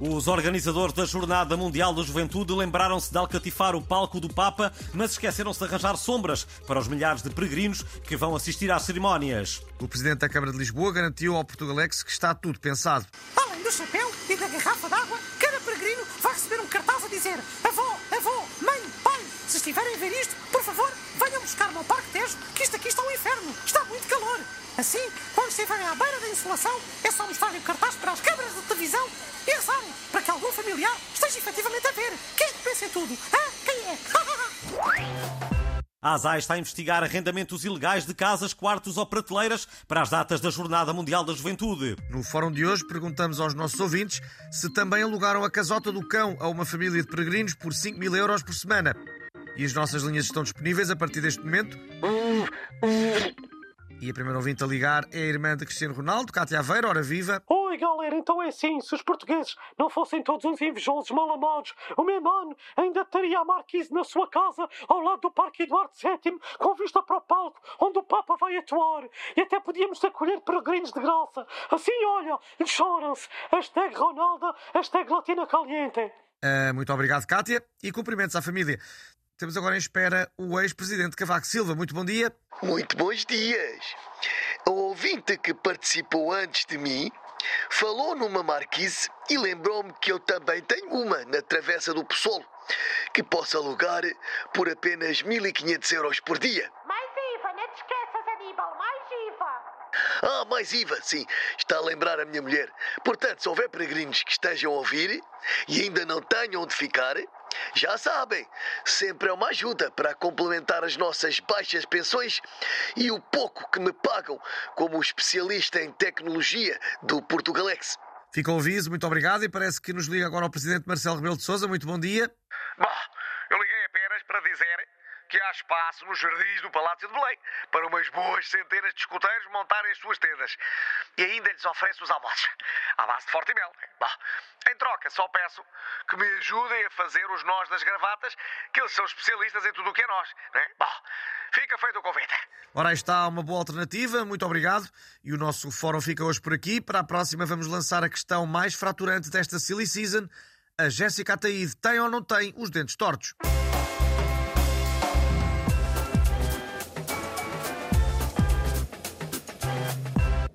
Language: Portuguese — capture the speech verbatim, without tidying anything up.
Os organizadores da Jornada Mundial da Juventude lembraram-se de alcatifar o palco do Papa, mas esqueceram-se de arranjar sombras para os milhares de peregrinos que vão assistir às cerimónias. O Presidente da Câmara de Lisboa garantiu ao Portugalex que está tudo pensado. Além do chapéu e da garrafa d'água, cada peregrino vai receber um cartaz a dizer: avó, avó, mãe, pai, se estiverem a ver isto, por favor, venham buscar-me ao Parque Tejo, que isto aqui está um inferno, está muito calor. Assim, quando estiverem à beira da insolação, é só mostrarem o cartaz para as câmaras de televisão e rezarem para que algum familiar esteja efetivamente a ver. Quem é que pensa em tudo? Ah, quem é? A ASAI está a investigar arrendamentos ilegais de casas, quartos ou prateleiras para as datas da Jornada Mundial da Juventude. No fórum de hoje perguntamos aos nossos ouvintes se também alugaram a casota do cão a uma família de peregrinos por cinco mil euros por semana. E as nossas linhas estão disponíveis a partir deste momento. E a primeira ouvinte a ligar é a irmã de Cristiano Ronaldo, Cátia Aveiro. Ora viva! Oi galera, então é assim, se os portugueses não fossem todos uns invejosos mal amados, o meu mano ainda teria a marquise na sua casa, ao lado do Parque Eduardo sétimo, com vista para o palco onde o Papa vai atuar, e até podíamos acolher peregrinos de graça. Assim, olha, choram-se. Hashtag Ronaldo, hashtag Latina Caliente. Uh, muito obrigado, Cátia, e cumprimentos à família. Temos agora em espera o ex-presidente Cavaco Silva. Muito bom dia. Muito bons dias. O ouvinte que participou antes de mim falou numa marquise e lembrou-me que eu também tenho uma na Travessa do Possolo, que posso alugar por apenas mil e quinhentos euros por dia. Mais I V A, não te esqueças, Aníbal, mais I V A. Ah, mais I V A, sim. Está a lembrar a minha mulher. Portanto, se houver peregrinos que estejam a ouvir e ainda não tenham onde ficar, já sabem, sempre é uma ajuda para complementar as nossas baixas pensões e o pouco que me pagam como especialista em tecnologia do Portugalex. Fica o aviso, muito obrigado, e parece que nos liga agora o Presidente Marcelo Rebelo de Sousa. Muito bom dia. Bom, eu liguei apenas para dizer que há espaço nos jardins do Palácio de Belém para umas boas centenas de escuteiros montarem as suas tendas. E ainda lhes ofereço os almoços, à base de forte mel. Bom, em troca, só peço que me ajudem a fazer os nós das gravatas, que eles são especialistas em tudo o que é nós. Né? Bom, fica feito o convite. Ora, aí está uma boa alternativa, muito obrigado. E o nosso fórum fica hoje por aqui. Para a próxima vamos lançar a questão mais fraturante desta silly season. A Jéssica Ataíde tem ou não tem os dentes tortos?